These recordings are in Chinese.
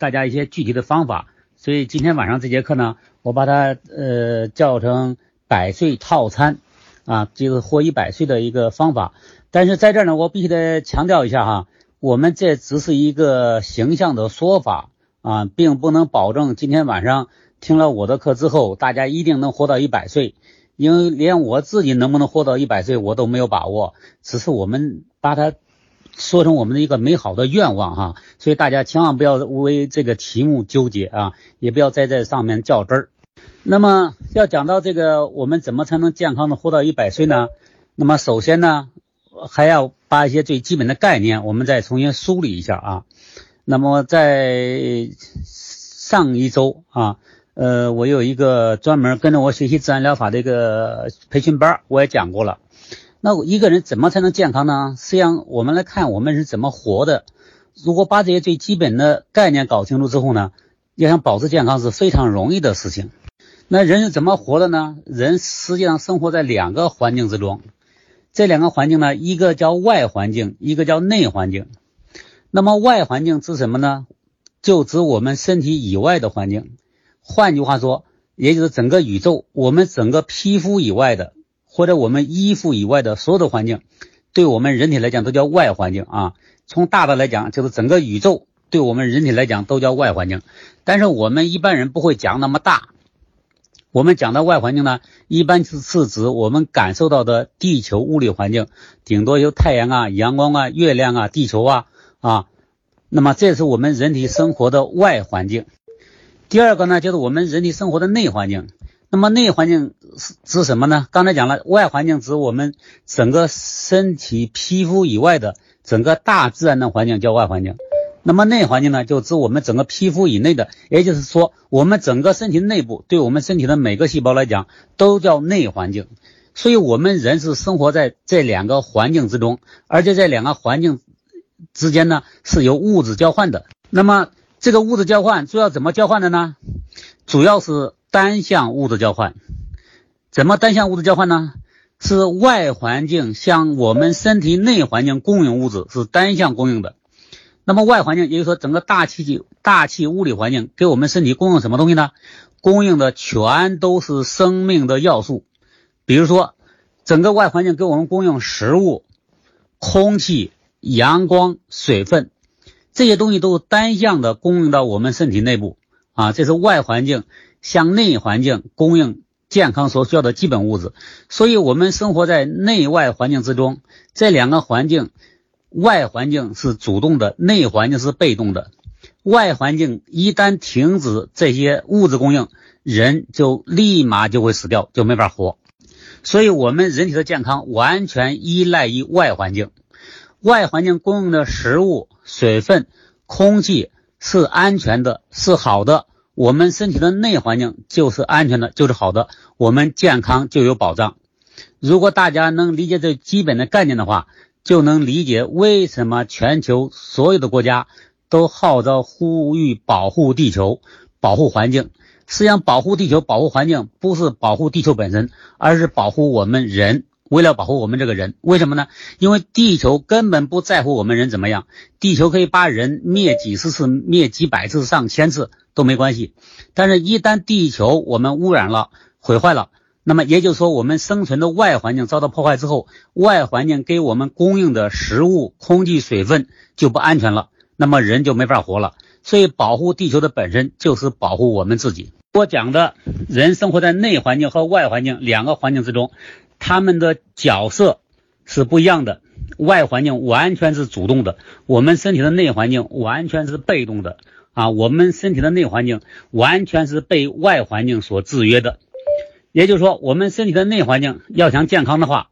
大家一些具体的方法。所以今天晚上这节课呢，我把它叫成100岁套餐啊，就是活100岁的一个方法。但是在这儿呢，我必须得强调一下哈，我们这只是一个形象的说法啊，并不能保证今天晚上听了我的课之后，大家一定能活到100岁。因为连我自己能不能活到100岁我都没有把握，只是我们把它说成我们的一个美好的愿望哈，所以大家千万不要为这个题目纠结啊，也不要在这上面较真儿。那么要讲到这个我们怎么才能健康的活到100岁呢？那么首先呢，还要把一些最基本的概念我们再重新梳理一下啊。那么在上一周啊，我有一个专门跟着我学习自然疗法的一个培训班，我也讲过了。那一个人怎么才能健康呢？实际上我们来看我们是怎么活的。如果把这些最基本的概念搞清楚之后呢，要想保持健康是非常容易的事情。那人是怎么活的呢？人实际上生活在2个环境之中，这2个环境呢，一个叫外环境，一个叫内环境。那么外环境指什么呢？就指我们身体以外的环境。换句话说，也就是整个宇宙，我们整个皮肤以外的或者我们衣服以外的所有的环境，对我们人体来讲都叫外环境啊。从大的来讲，就是整个宇宙对我们人体来讲都叫外环境。但是我们一般人不会讲那么大，我们讲的外环境呢，一般是指我们感受到的地球物理环境，顶多有太阳啊、阳光啊、月亮啊、地球啊。那么这是我们人体生活的外环境。第二个呢，就是我们人体生活的内环境。那么内环境指什么呢？刚才讲了，外环境指我们整个身体皮肤以外的整个大自然的环境叫外环境。那么内环境呢，就指我们整个皮肤以内的，也就是说我们整个身体内部对我们身体的每个细胞来讲都叫内环境。所以我们人是生活在这2个环境之中，而且这2个环境之间呢是有物质交换的。那么这个物质交换主要怎么交换的呢？主要是单向物质交换。怎么单向物质交换呢？是外环境向我们身体内环境供应物质，是单向供应的。那么外环境也就是说整个大气物理环境给我们身体供应什么东西呢？供应的全都是生命的要素。比如说整个外环境给我们供应食物、空气、阳光、水分，这些东西都是单向的供应到我们身体内部啊，这是外环境向内环境供应健康所需要的基本物质。所以我们生活在内外环境之中，这2个环境，外环境是主动的，内环境是被动的。外环境一旦停止这些物质供应，人就立马就会死掉，就没法活。所以我们人体的健康完全依赖于外环境。外环境供应的食物、水分、空气是安全的，是好的，我们身体的内环境就是安全的，就是好的，我们健康就有保障。如果大家能理解这基本的概念的话，就能理解为什么全球所有的国家都号召呼吁保护地球、保护环境。实际上保护地球、保护环境不是保护地球本身，而是保护我们人。为了保护我们这个人，为什么呢？因为地球根本不在乎我们人怎么样，地球可以把人灭几十次、灭几百次、上千次都没关系。但是一旦地球我们污染了、毁坏了，那么也就是说我们生存的外环境遭到破坏之后，外环境给我们供应的食物、空气、水分就不安全了，那么人就没法活了。所以保护地球的本身就是保护我们自己。我讲的人生活在内环境和外环境2个环境之中，他们的角色是不一样的。外环境完全是主动的，我们身体的内环境完全是被动的啊，我们身体的内环境完全是被外环境所制约的。也就是说我们身体的内环境要想健康的话，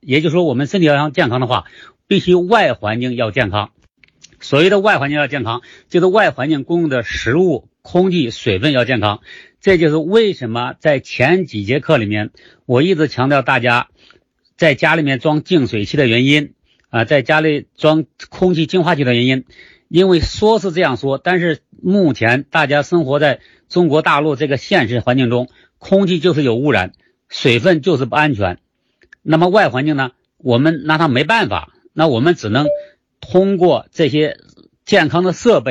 必须外环境要健康。所谓的外环境要健康，就是外环境供应的食物、空气、水分要健康。这就是为什么在前几节课里面我一直强调大家在家里面装净水器的原因啊，在家里装空气净化器的原因。因为说是这样说，但是目前大家生活在中国大陆这个现实环境中，空气就是有污染，水分就是不安全。那么外环境呢，我们拿它没办法，那我们只能通过这些健康的设备，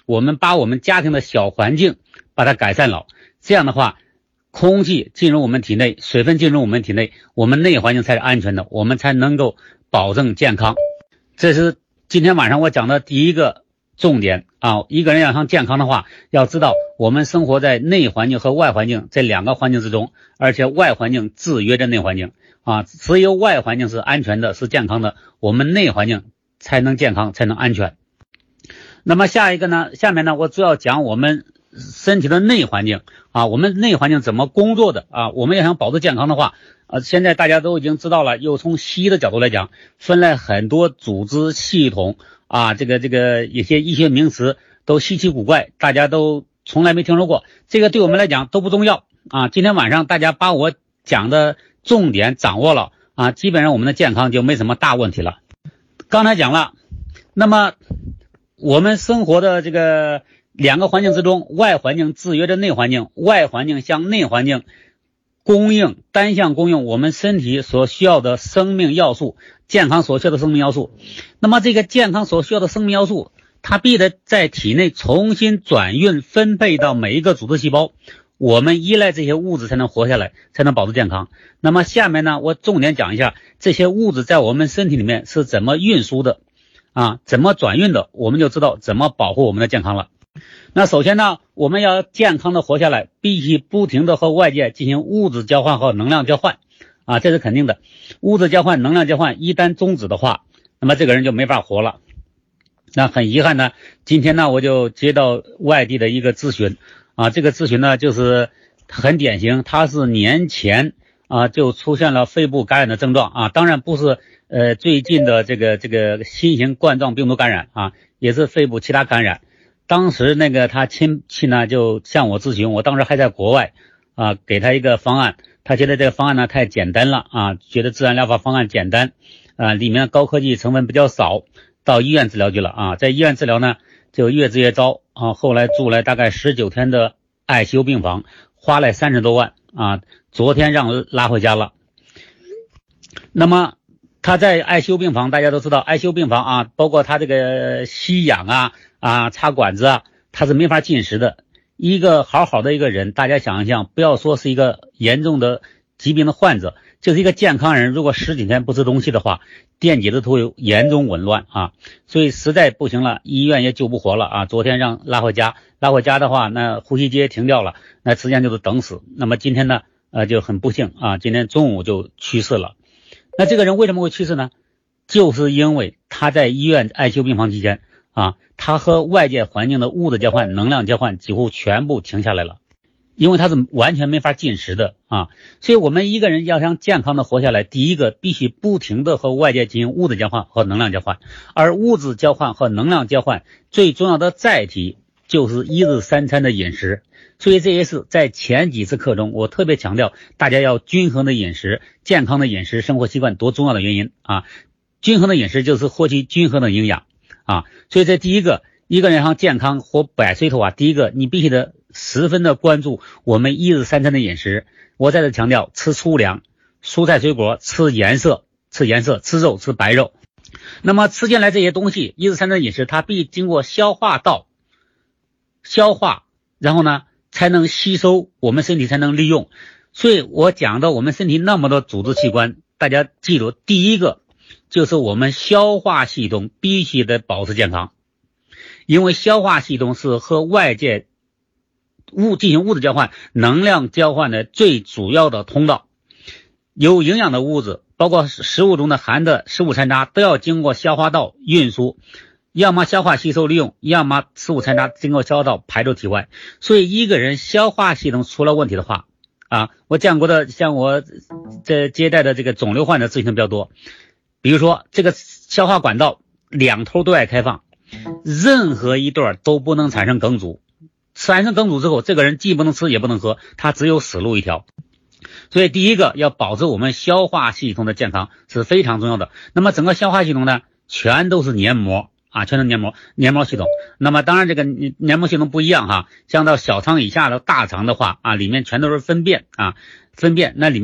我们把我们家庭的小环境把它改善了，这样的话空气进入我们体内，水分进入我们体内，我们内环境才是安全的，我们才能够保证健康。这是今天晚上我讲的第一个重点啊。一个人要想健康的话，要知道我们生活在内环境和外环境这两个环境之中，而且外环境制约着内环境啊，只有外环境是安全的，是健康的，我们内环境才能健康，才能安全。那么下面呢，我主要讲我们身体的内环境啊，我们内环境怎么工作的啊？我们要想保持健康的话，现在大家都已经知道了，又从西医的角度来讲，分了很多组织系统啊，这个一些医学名词都稀奇古怪，大家都从来没听说过，这个对我们来讲都不重要啊。今天晚上大家把我讲的重点掌握了啊，基本上我们的健康就没什么大问题了。刚才讲了，那么我们生活的这个两个环境之中，外环境制约着内环境，外环境向内环境单向供应我们身体所需要的生命要素，健康所需要的生命要素。那么这个健康所需要的生命要素，它必得在体内重新转运分配到每一个组织细胞，我们依赖这些物质才能活下来，才能保持健康。那么下面呢，我重点讲一下这些物质在我们身体里面是怎么运输的啊，怎么转运的，我们就知道怎么保护我们的健康了。那首先呢，我们要健康的活下来，必须不停的和外界进行物质交换和能量交换啊，这是肯定的。物质交换、能量交换一旦终止的话，那么这个人就没法活了。那很遗憾呢，今天呢我就接到外地的一个咨询啊，这个咨询呢就是很典型，他是年前啊就出现了肺部感染的症状啊，当然不是最近的这个新型冠状病毒感染啊，也是肺部其他感染。当时那个他亲戚呢就向我咨询，我当时还在国外啊，给他一个方案，他觉得这个方案呢太简单了啊，觉得自然疗法方案简单啊，里面高科技成分比较少，到医院治疗去了啊，在医院治疗呢就越治越糟啊，后来住了大概19天的ICU 病房，花了30多万啊，昨天让拉回家了。那么他在 ICU 病房，大家都知道 ICU 病房啊，包括他这个吸氧啊插管子啊，他是没法进食的。一个好好的一个人，大家想一想，不要说是一个严重的疾病的患者，就是一个健康人，如果10几天不吃东西的话，电解质都会严重紊乱啊，所以实在不行了，医院也救不活了啊。昨天让拉回家的话，那呼吸机也停掉了，那实际上就是等死。那么今天呢就很不幸啊，今天中午就去世了。那这个人为什么会去世呢？就是因为他在医院 ICU 病房期间啊，他和外界环境的物质交换、能量交换几乎全部停下来了，因为他是完全没法进食的啊。所以我们一个人要想健康的活下来，第一个必须不停的和外界进行物质交换和能量交换，而物质交换和能量交换最重要的载体就是1日3餐的饮食。所以这也是在前几次课中我特别强调大家要均衡的饮食、健康的饮食生活习惯多重要的原因啊。均衡的饮食就是获取均衡的营养啊，所以这第一个，一个人想健康活100岁头啊，第一个你必须得十分的关注我们1日3餐的饮食。我在这强调吃粗粮、蔬菜水果，吃颜色，吃肉，吃白肉。那么吃进来这些东西，1日3餐的饮食它必经过消化道消化，然后呢才能吸收，我们身体才能利用。所以我讲到我们身体那么多组织器官，大家记住，第一个就是我们消化系统必须得保持健康，因为消化系统是和外界进行物质交换、能量交换的最主要的通道。有营养的物质，包括食物中的含的食物残渣，都要经过消化道运输，要么消化吸收利用，要么食物残渣经过消化道排出体外。所以一个人消化系统出了问题的话啊，我见过的，像我在接待的这个肿瘤患者咨询的比较多，比如说这个消化管道两头对外开放，任何一段都不能产生梗阻，产生梗阻之后，这个人既不能吃也不能喝，他只有死路一条。所以第一个要保持我们消化系统的健康是非常重要的。那么整个消化系统呢，全都是黏膜啊，全是黏膜系统。那么当然这个黏膜系统不一样像到小肠以下的大肠的话啊，里面全都是粪便啊，粪便那里面呢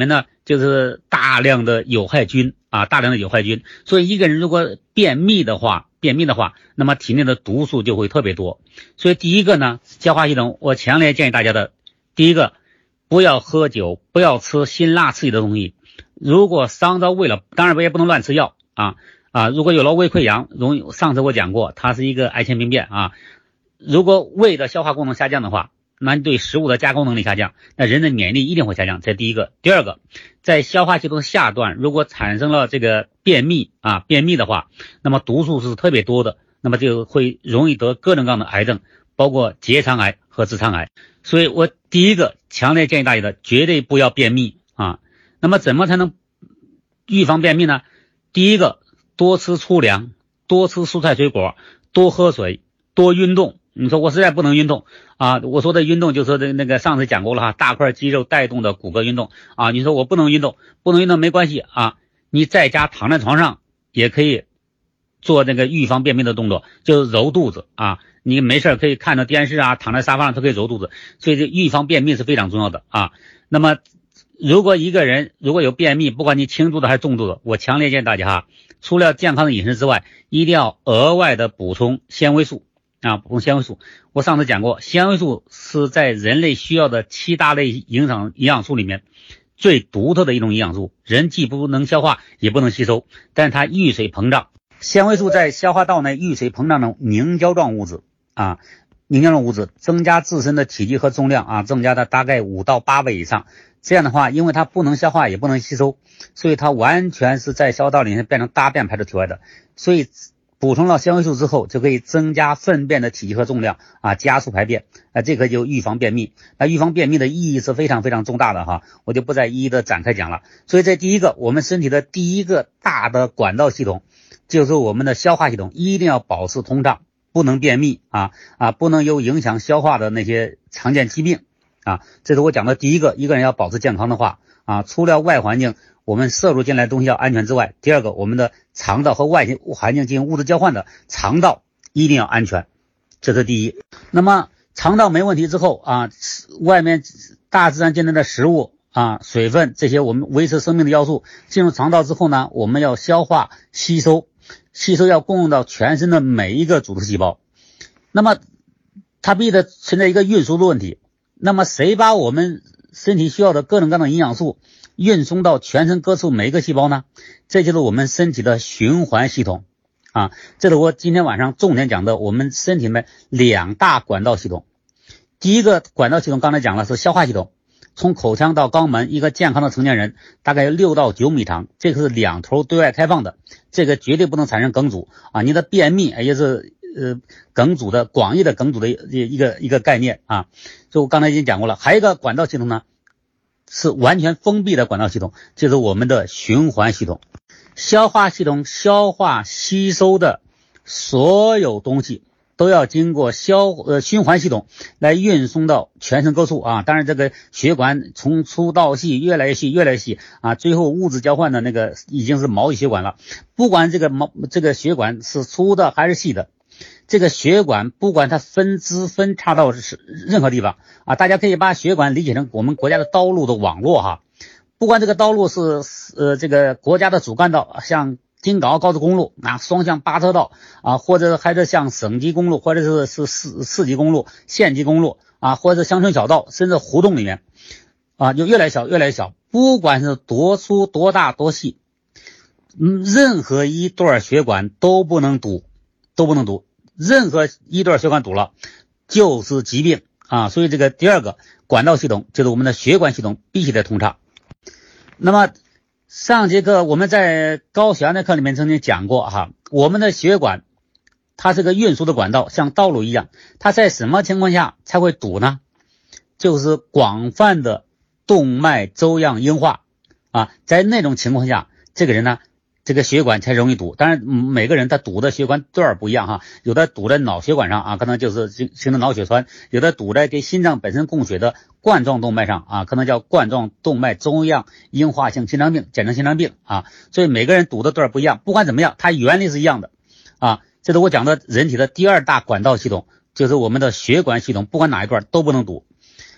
就是大量的有害菌啊，大量的有害菌。所以一个人如果便秘的话，那么体内的毒素就会特别多。所以第一个呢，消化系统我强烈建议大家的，第一个，不要喝酒，不要吃辛辣刺激的东西。如果伤到胃了，当然也不能乱吃药如果有了胃溃疡，上次我讲过，它是一个癌前病变啊。如果胃的消化功能下降的话，那对食物的加工能力下降，那人的免疫力一定会下降，这是第一个。第二个，在消化系统下段如果产生了这个便秘的话，那么毒素是特别多的，那么就会容易得各种各样的癌症，包括结肠癌和直肠癌。所以我第一个强烈建议大家的，绝对不要便秘啊。那么怎么才能预防便秘呢？第一个，多吃粗粮，多吃蔬菜水果，多喝水，多运动。你说我实在不能运动啊，我说的运动就是那个上次讲过了哈，大块肌肉带动的骨骼运动啊。你说我不能运动没关系啊，你在家躺在床上也可以做那个预防便秘的动作，就是揉肚子啊。你没事可以看着电视啊，躺在沙发上都可以揉肚子，所以这预防便秘是非常重要的啊。那么如果一个人如果有便秘，不管你轻度的还是重度的，我强烈建议大家哈，除了健康的饮食之外，一定要额外的补充纤维素啊，补充纤维素。我上次讲过，纤维素是在人类需要的7大类营养素里面最独特的一种营养素，人既不能消化也不能吸收，但是它遇水膨胀。纤维素在消化道内遇水膨胀的凝胶状物质增加自身的体积和重量啊，增加的大概5到8倍以上。这样的话，因为它不能消化也不能吸收，所以它完全是在消化道里面变成大便排出体外的。所以补充了纤维素之后，就可以增加粪便的体积和重量啊，加速排便这个就预防便秘。那预防便秘的意义是非常非常重大的哈，我就不再一一的展开讲了。所以这第一个，我们身体的第一个大的管道系统就是我们的消化系统，一定要保持通畅，不能便秘不能有影响消化的那些常见疾病这是我讲的第一个，一个人要保持健康的话除了外环境我们摄入进来的东西要安全之外，第二个，我们的肠道和外环境进行物质交换的肠道一定要安全，这是第一。那么肠道没问题之后外面大自然进来的食物水分这些我们维持生命的要素进入肠道之后呢，我们要消化吸收要供应到全身的每一个组织细胞。那么它必须得存在一个运输的问题，那么谁把我们身体需要的各种各样的营养素运送到全身各处每一个细胞呢？这就是我们身体的循环系统这是我今天晚上重点讲的我们身体里面2大管道系统。第一个管道系统刚才讲了是消化系统，从口腔到肛门，一个健康的成年人大概6到9米长，这个是2头对外开放的，这个绝对不能产生梗阻你的便秘也是梗阻的广义的梗阻的一个概念所以我刚才已经讲过了。还有一个管道系统呢是完全封闭的管道系统，就是我们的循环系统。消化系统消化吸收的所有东西都要经过循环系统来运送到全身各处当然这个血管从粗到细越来越细最后物质交换的那个已经是毛细血管了。不管这个血管是粗的还是细的，这个血管不管它分支分叉到任何地方大家可以把血管理解成我们国家的道路的网络不管这个道路是这个国家的主干道，像京港澳高速公路双向8车道或者还是像省级公路，或者是市级公路、县级公路或者是乡村小道，甚至胡同里面就越来越小，不管是多粗多大多细任何一段血管都不能堵，任何一段血管堵了就是疾病所以这个第二个管道系统就是我们的血管系统必须得通畅。那么上节课我们在高血压的课里面曾经讲过我们的血管它是个运输的管道，像道路一样，它在什么情况下才会堵呢？就是广泛的动脉粥样硬化在那种情况下，这个人呢这个血管才容易堵。当然每个人他堵的血管段不一样有的堵在脑血管上可能就是形成脑血栓，有的堵在给心脏本身供血的冠状动脉上可能叫冠状动脉粥样硬化性心脏病，简称心脏病所以每个人堵的段不一样，不管怎么样它原理是一样的这是我讲的人体的第2大管道系统，就是我们的血管系统，不管哪一段都不能堵。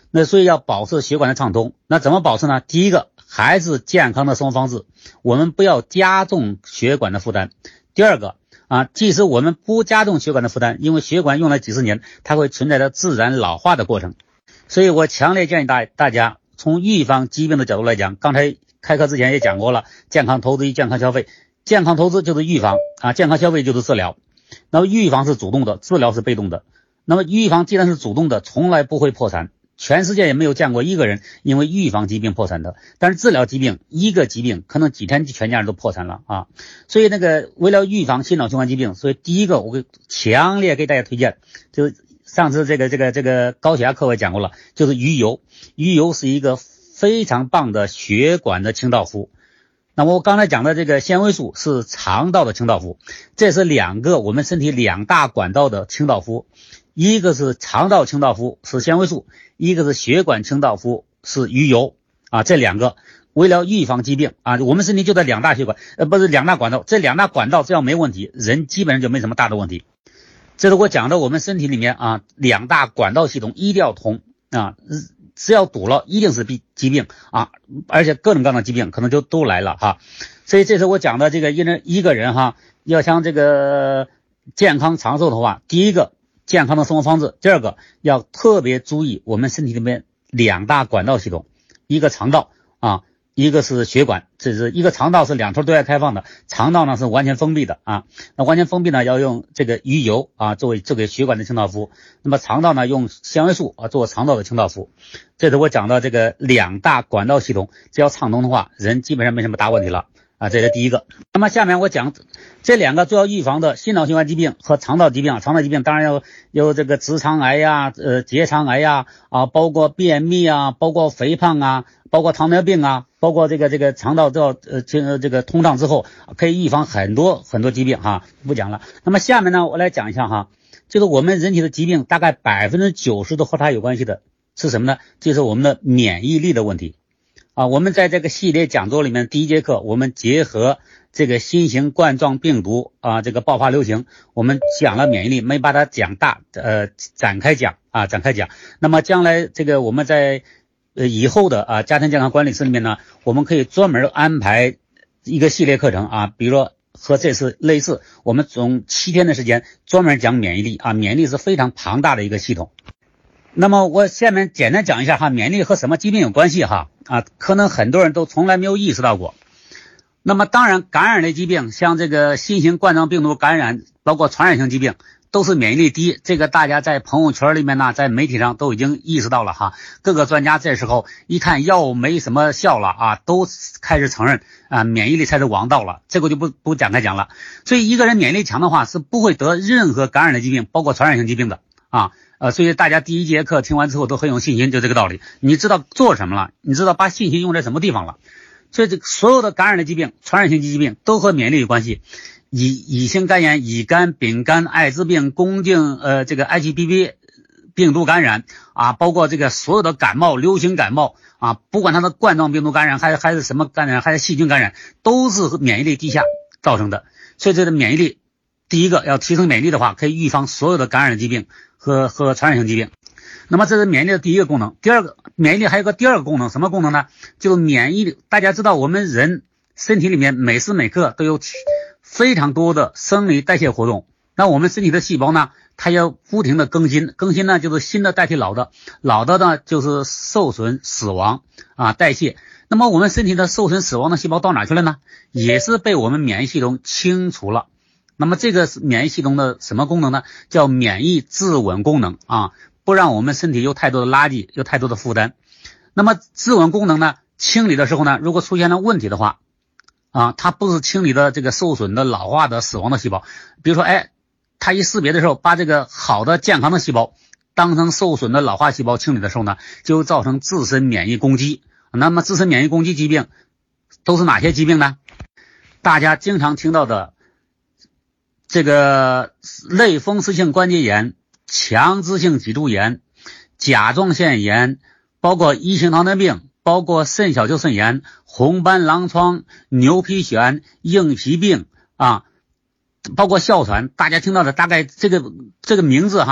那所以要保持血管的畅通。那怎么保持呢？第一个还是健康的生活方式，我们不要加重血管的负担。第二个即使我们不加重血管的负担，因为血管用了几十年，它会存在着自然老化的过程。所以我强烈建议大家从预防疾病的角度来讲，刚才开课之前也讲过了，健康投资与健康消费。健康投资就是预防健康消费就是治疗。那么预防是主动的，治疗是被动的。那么预防既然是主动的，从来不会破产，全世界也没有见过一个人因为预防疾病破产的。但是治疗疾病，一个疾病可能几天全家人都破产了所以为了预防心脑血管疾病，所以第一个我强烈给大家推荐，就是上次这个高血压课我也讲过了，就是鱼油。鱼油是一个非常棒的血管的清道夫。那么我刚才讲的这个纤维素是肠道的清道夫，这是我们身体两大管道的清道夫，一个是肠道清道夫是纤维素，一个是血管清道夫是鱼油这两个为了预防疾病我们身体就在两大血管不是两大管道，这两大管道只要没问题，人基本上就没什么大的问题。这是我讲的我们身体里面两大管道系统一定要通只要堵了一定是疾病而且各种各样的疾病可能就都来了所以这是我讲的这个一个人要想这个健康长寿的话，第一个健康的生活方式，第二个要特别注意我们身体里面两大管道系统，一个肠道一个是血管，这是一个肠道是两头对外开放的，肠道呢是完全封闭的那完全封闭呢要用这个鱼油作为这个血管的清道夫，那么肠道呢用纤维素作为肠道的清道夫。这是我讲的这个两大管道系统，只要畅通的话，人基本上没什么大问题了这是第一个。那么下面我讲这两个主要预防的心脑血管疾病和肠道疾病。肠道疾病当然有这个直肠癌结肠癌包括便秘包括肥胖包括糖尿病包括这个肠道这个通畅之后可以预防很多很多疾病不讲了。那么下面呢我来讲一下就是我们人体的疾病大概 90% 都和它有关系的是什么呢？就是我们的免疫力的问题我们在这个系列讲座里面第一节课，我们结合这个新型冠状病毒这个爆发流行，我们讲了免疫力，没把它讲大展开讲。那么将来这个我们在以后的家庭健康管理室里面呢，我们可以专门安排一个系列课程比如说和这次类似，我们总7天的时间专门讲免疫力免疫力是非常庞大的一个系统。那么我下面简单讲一下免疫力和什么疾病有关系可能很多人都从来没有意识到过。那么当然感染类疾病像这个新型冠状病毒感染，包括传染性疾病都是免疫力低，这个大家在朋友圈里面在媒体上都已经意识到了各个专家这时候一看药物没什么效了都开始承认免疫力才是王道了，这个就不展开讲了。所以一个人免疫力强的话是不会得任何感染类疾病，包括传染性疾病的所以大家第一节课听完之后都很有信心，就这个道理，你知道做什么了，你知道把信心用在什么地方了。所以所有的感染类疾病、传染性疾病都和免疫力有关系，乙型肝炎、乙肝、丙肝、艾滋病、宫颈这个 HPV 病毒感染包括这个所有的感冒、流行感冒不管它的冠状病毒感染还是什么感染，还是细菌感染，都是免疫力低下造成的。所以这个免疫力，第一个要提升免疫力的话，可以预防所有的感染疾病和传染性疾病。那么这是免疫力的第一个功能。第二个，免疫力还有个第二个功能，什么功能呢？就是免疫力。大家知道我们人身体里面每时每刻都有非常多的生理代谢活动，那我们身体的细胞呢，它要不停的更新呢就是新的代替老的，老的呢就是受损死亡代谢。那么我们身体的受损死亡的细胞到哪去了呢？也是被我们免疫系统清除了。那么这个是免疫系统的什么功能呢？叫免疫自稳功能不让我们身体有太多的垃圾，有太多的负担。那么自稳功能呢，清理的时候呢，如果出现了问题的话它不是清理的这个受损的老化的死亡的细胞，比如说它一识别的时候把这个好的健康的细胞当成受损的老化细胞清理的时候呢，就造成自身免疫攻击。那么自身免疫攻击疾病都是哪些疾病呢？大家经常听到的这个类风湿性关节炎、强直性脊柱炎、甲状腺炎，包括1型糖尿病，包括肾小球肾炎、红斑狼疮、牛皮癣、硬皮病包括哮喘。大家听到的大概这个名字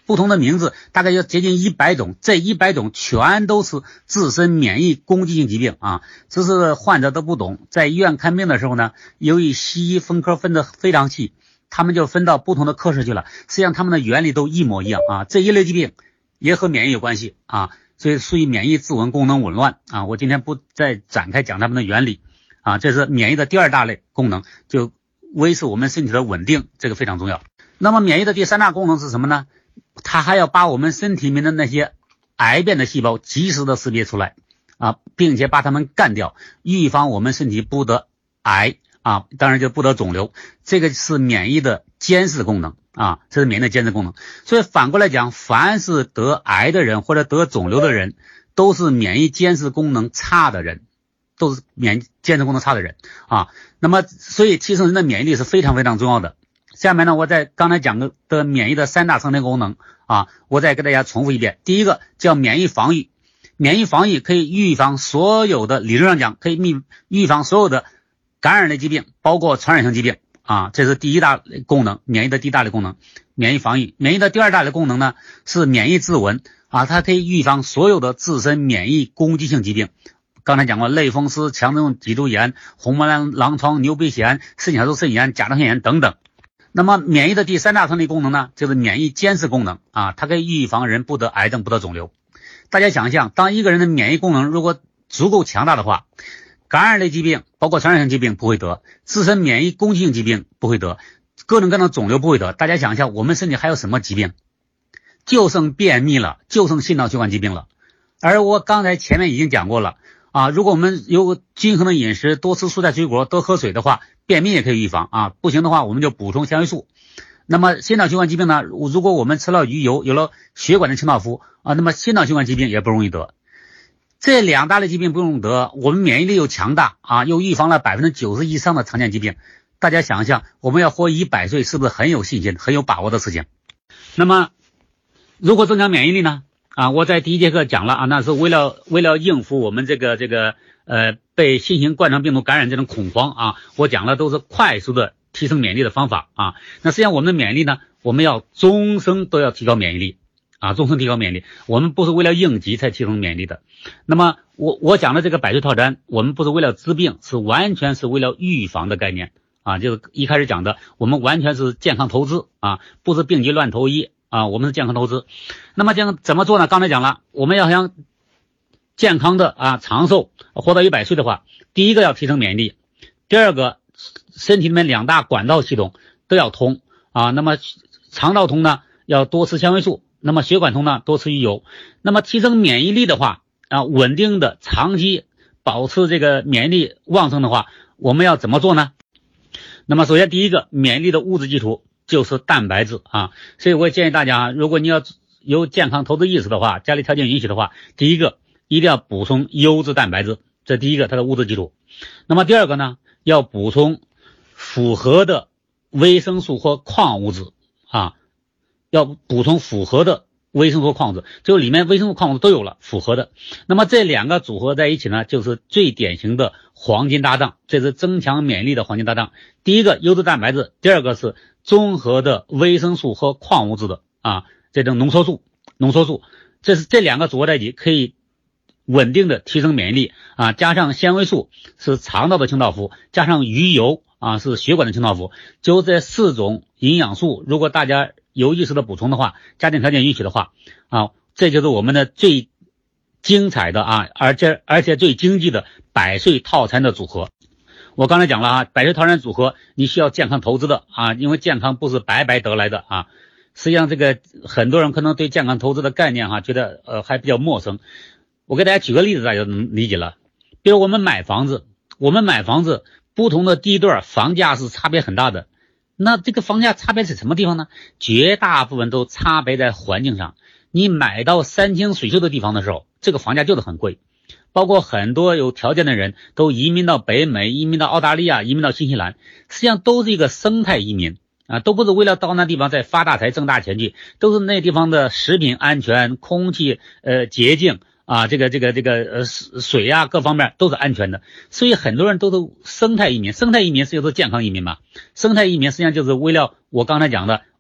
不同的名字大概有接近100种，这100种全都是自身免疫攻击性疾病啊，只是患者都不懂。在医院看病的时候呢，由于西医分科分得非常细，他们就分到不同的科室去了，实际上他们的原理都一模一样啊。这一类疾病也和免疫有关系啊，所以属于免疫自稳功能紊乱啊。我今天不再展开讲他们的原理啊，这是免疫的第2大类功能，就维持我们身体的稳定，这个非常重要。那么免疫的第3大功能是什么呢？它还要把我们身体里面的那些癌变的细胞及时的识别出来啊，并且把它们干掉，预防我们身体不得癌啊，当然就不得肿瘤。这个是免疫的监视功能啊，这是免疫的监视功能。所以反过来讲，凡是得癌的人或者得肿瘤的人，都是免疫监视功能差的人，都是免疫监视功能差的人啊。那么所以提升人的免疫力是非常非常重要的。下面呢，我在刚才讲的免疫的3大生成功能啊，我再给大家重复一遍。第一个叫免疫防御，免疫防御可以预防所有的，理论上讲可以预防所有的感染类疾病，包括传染性疾病啊，这是第1大类功能，免疫的第1大类功能，免疫防御。免疫的第2大类功能呢是免疫自稳啊，它可以预防所有的自身免疫攻击性疾病。刚才讲过类风湿、强中脊柱炎、红斑狼疮、牛皮癣、肾小球肾炎、甲状腺炎等等。那么免疫的第3大生理功能呢，就是免疫监视功能啊，它可以预防人不得癌症、不得肿瘤。大家想象，当一个人的免疫功能如果足够强大的话，感染类疾病包括传染性疾病不会得，自身免疫攻击性疾病不会得，各种各样的肿瘤不会得。大家想一下，我们身体还有什么疾病？就剩便秘了，就剩心脑血管疾病了。而我刚才前面已经讲过了啊，如果我们有均衡的饮食，多吃蔬菜水果，多喝水的话，便秘也可以预防啊。不行的话，我们就补充纤维素。那么心脑血管疾病呢，如果我们吃了鱼油，有了血管的清道夫啊，那么心脑血管疾病也不容易得。这2大类疾病不容易得，我们免疫力又强大啊，又预防了90%以上的常见疾病。大家想一想，我们要活100岁，是不是很有信心、很有把握的事情？那么如何增强免疫力呢？啊，我在第1节课讲了啊，那是为了应付我们这个被新型冠状病毒感染这种恐慌啊，我讲了都是快速的提升免疫力的方法啊。那实际上我们的免疫力呢，我们要终生都要提高免疫力啊，终生提高免疫力。我们不是为了应急才提升免疫力的。那么我讲的这个百岁套餐，我们不是为了治病，是完全是为了预防的概念啊，就是一开始讲的，我们完全是健康投资啊，不是病急乱投医啊，我们是健康投资。那么这样怎么做呢？刚才讲了，我们要想健康的啊长寿，活到100岁的话，第一个要提升免疫力，第二个身体里面2大管道系统都要通啊。那么肠道通呢，要多吃纤维素；那么血管通呢，多吃鱼油。那么提升免疫力的话啊，稳定的长期保持这个免疫力旺盛的话，我们要怎么做呢？那么首先第一个，免疫力的物质基础就是蛋白质啊。所以我建议大家，如果你要有健康投资意识的话，家里条件允许的话，第一个一定要补充优质蛋白质，这第一个它的物质基础。那么第二个呢，要补充符合的维生素和矿物质啊，要补充符合的维生素和矿物质，就里面维生素矿物质都有了，符合的。那么这2个组合在一起呢，就是最典型的黄金搭档，这是增强免疫力的黄金搭档。第一个优质蛋白质，第二个是综合的维生素和矿物质的啊，这种浓缩素，这2个组合在一起可以稳定的提升免疫力啊，加上纤维素是肠道的清道夫，加上鱼油啊是血管的清道夫，就这4种营养素，如果大家有意识的补充的话，家庭条件允许的话啊，这就是我们的最精彩的啊，而且最经济的百岁套餐的组合。我刚才讲了啊，百岁套餐组合你需要健康投资的啊，因为健康不是白白得来的啊。实际上这个很多人可能对健康投资的概念觉得还比较陌生。我给大家举个例子，大家就能理解了。比如我们买房子不同的地段房价是差别很大的。那这个房价差别是什么地方呢？绝大部分都差别在环境上。你买到山清水秀的地方的时候，这个房价就是很贵。包括很多有条件的人都移民到北美，移民到澳大利亚，移民到新西兰，实际上都是一个生态移民啊，都不是为了到那地方再发大财挣大钱去，都是那地方的食品安全、空气洁净啊，水啊各方面都是安全的。所以很多人都是生态移民，生态移民是健康移民嘛。生态移民实际上就是为了我刚才讲的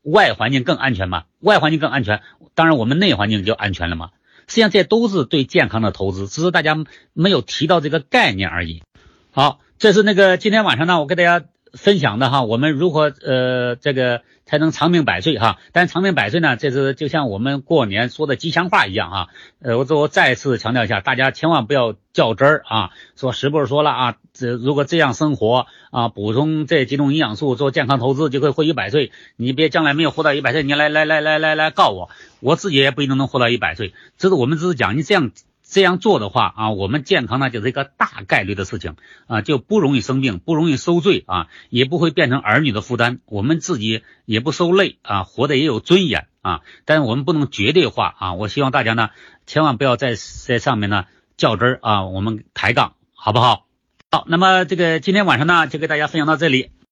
外环境更安全嘛，外环境更安全，当然我们内环境就安全了嘛。实际上这都是对健康的投资，只是大家没有提到这个概念而已。好，这是那个今天晚上呢，我给大家分享的哈，我们如何这个才能长命百岁哈。但长命百岁呢，这是就像我们过年说的吉祥话一样啊。我再次强调一下，大家千万不要较真儿啊，说是不是说了啊，如果这样生活啊，补充这几种营养素做健康投资就可以活100岁，你别将来没有活到100岁，你来告我自己也不一定能活到100岁。这是我们只是讲，你这样做的话啊，我们健康呢就是一个大概率的事情啊，就不容易生病，不容易受罪啊，也不会变成儿女的负担，我们自己也不受累啊，活得也有尊严啊。但是我们不能绝对化啊，我希望大家呢千万不要在上面呢较真儿啊，我们抬杠好不好？好，那么这个今天晚上呢就给大家分享到这里。